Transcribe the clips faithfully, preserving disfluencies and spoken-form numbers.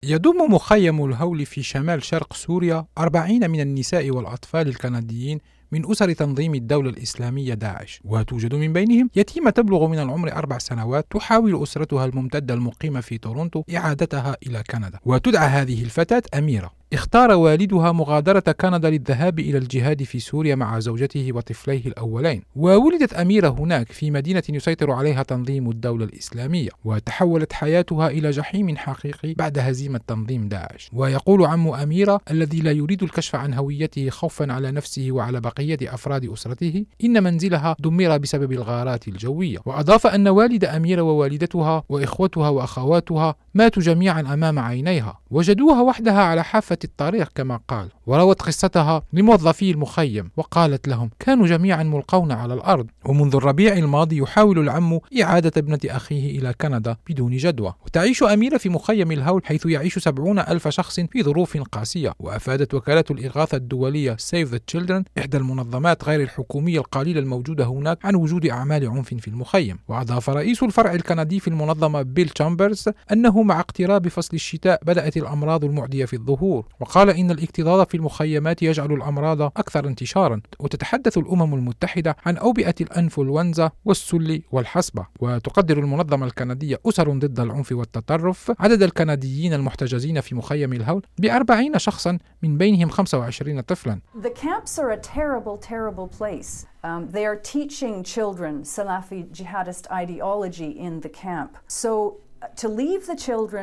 يضم مخيم الهول في شمال شرق سوريا أربعين من النساء والأطفال الكنديين من أسر تنظيم الدولة الإسلامية داعش، وتوجد من بينهم يتيمة تبلغ من العمر أربع سنوات تحاول أسرتها الممتدة المقيمة في تورونتو إعادتها إلى كندا. وتدعى هذه الفتاة أميرة. اختار والدها مغادرة كندا للذهاب إلى الجهاد في سوريا مع زوجته وطفليه الأولين، وولدت أميرة هناك في مدينة يسيطر عليها تنظيم الدولة الإسلامية، وتحولت حياتها إلى جحيم حقيقي بعد هزيمة تنظيم داعش. ويقول عم أميرة الذي لا يريد الكشف عن هويته خوفا على نفسه وعلى بقية أفراد أسرته إن منزلها دمر بسبب الغارات الجوية. وأضاف أن والد أميرة ووالدتها وإخوتها وأخواتها ماتوا جميعا أمام عينيها، وجدوها وحدها على حافة الطريق كما قال. وروت قصتها لموظفي المخيم وقالت لهم كانوا جميعا ملقون على الأرض. ومنذ الربيع الماضي يحاول العم إعادة ابنة أخيه إلى كندا بدون جدوى. وتعيش أميرة في مخيم الهول حيث يعيش سبعون ألف شخص في ظروف قاسية. وأفادت وكالة الإغاثة الدولية Save the Children إحدى المنظمات غير الحكومية القليلة الموجودة هناك عن وجود أعمال عنف في المخيم. وأضاف رئيس الفرع الكندي في المنظمة بيل تشامبرز أنه مع اقتراب فصل الشتاء بدأت الأمراض المعدية في الظهور، وقال إن الاكتظاظ في المخيمات يجعل الأمراض أكثر انتشارا. وتتحدث الأمم المتحدة عن أوبئة الأنفلونزا والسل والحصبة. وتقدر المنظمة الكندية أسر ضد العنف والتطرف عدد الكنديين المحتجزين في مخيم الهول بأربعين شخصا من بينهم خمسة وعشرين طفلا. The camps are a terrible, terrible place. Um, they are teaching children Salafi jihadist ideology in the camp. So to leave the children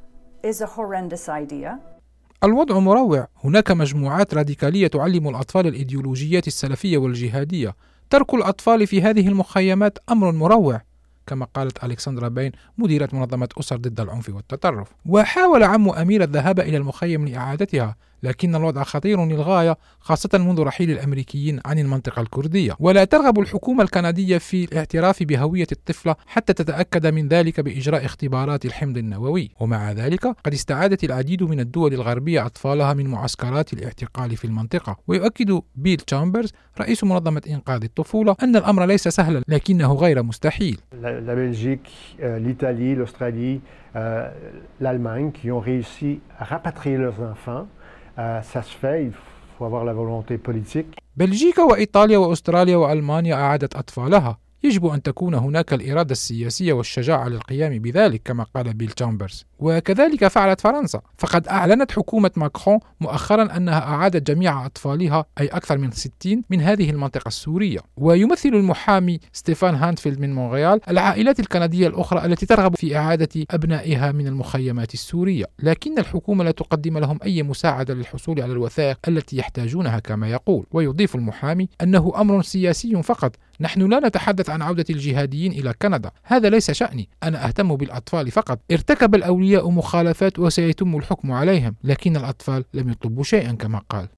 is a horrendous idea. الوضع مروع. هناك مجموعات راديكالية تعلم الأطفال الإيديولوجيات السلفية والجهادية. ترك الأطفال في هذه المخيمات أمر مروع كما قالت ألكسندرا بين مديرة منظمة أسر ضد العنف والتطرف. وحاول عم أميرة الذهاب إلى المخيم لإعادتها، لكن الوضع خطير للغاية خاصة منذ رحيل الأمريكيين عن المنطقة الكردية. ولا ترغب الحكومة الكندية في الاعتراف بهوية الطفلة حتى تتأكد من ذلك بإجراء اختبارات الحمض النووي. ومع ذلك قد استعادت العديد من الدول الغربية أطفالها من معسكرات الاعتقال في المنطقة. ويؤكد بيل تشامبرز رئيس منظمة إنقاذ الطفولة أن الأمر ليس سهلا لكنه غير مستحيل. La Belgique, l'Italie, l'Australie, l'Allemagne qui ont réussi à rapatrier leurs enfants. Ça se fait, il faut avoir la volonté politique. بلجيكا وإيطاليا وأستراليا وألمانيا أعادت أطفالها. يجب أن تكون هناك الإرادة السياسية والشجاعة للقيام بذلك كما قال بيل تشامبرز. وكذلك فعلت فرنسا، فقد أعلنت حكومة ماكرون مؤخرا أنها أعادت جميع أطفالها أي أكثر من ستين من هذه المنطقة السورية. ويمثل المحامي ستيفان هانتفيلد من مونريال العائلات الكندية الأخرى التي ترغب في إعادة أبنائها من المخيمات السورية، لكن الحكومة لا تقدم لهم أي مساعدة للحصول على الوثائق التي يحتاجونها كما يقول. ويضيف المحامي أنه أمر سياسي فقط. نحن لا نتحدث عن عودة الجهاديين إلى كندا، هذا ليس شأني، أنا أهتم بالأطفال فقط. ارتكب الأولياء مخالفات وسيتم الحكم عليهم، لكن الأطفال لم يطلبوا شيئا كما قال.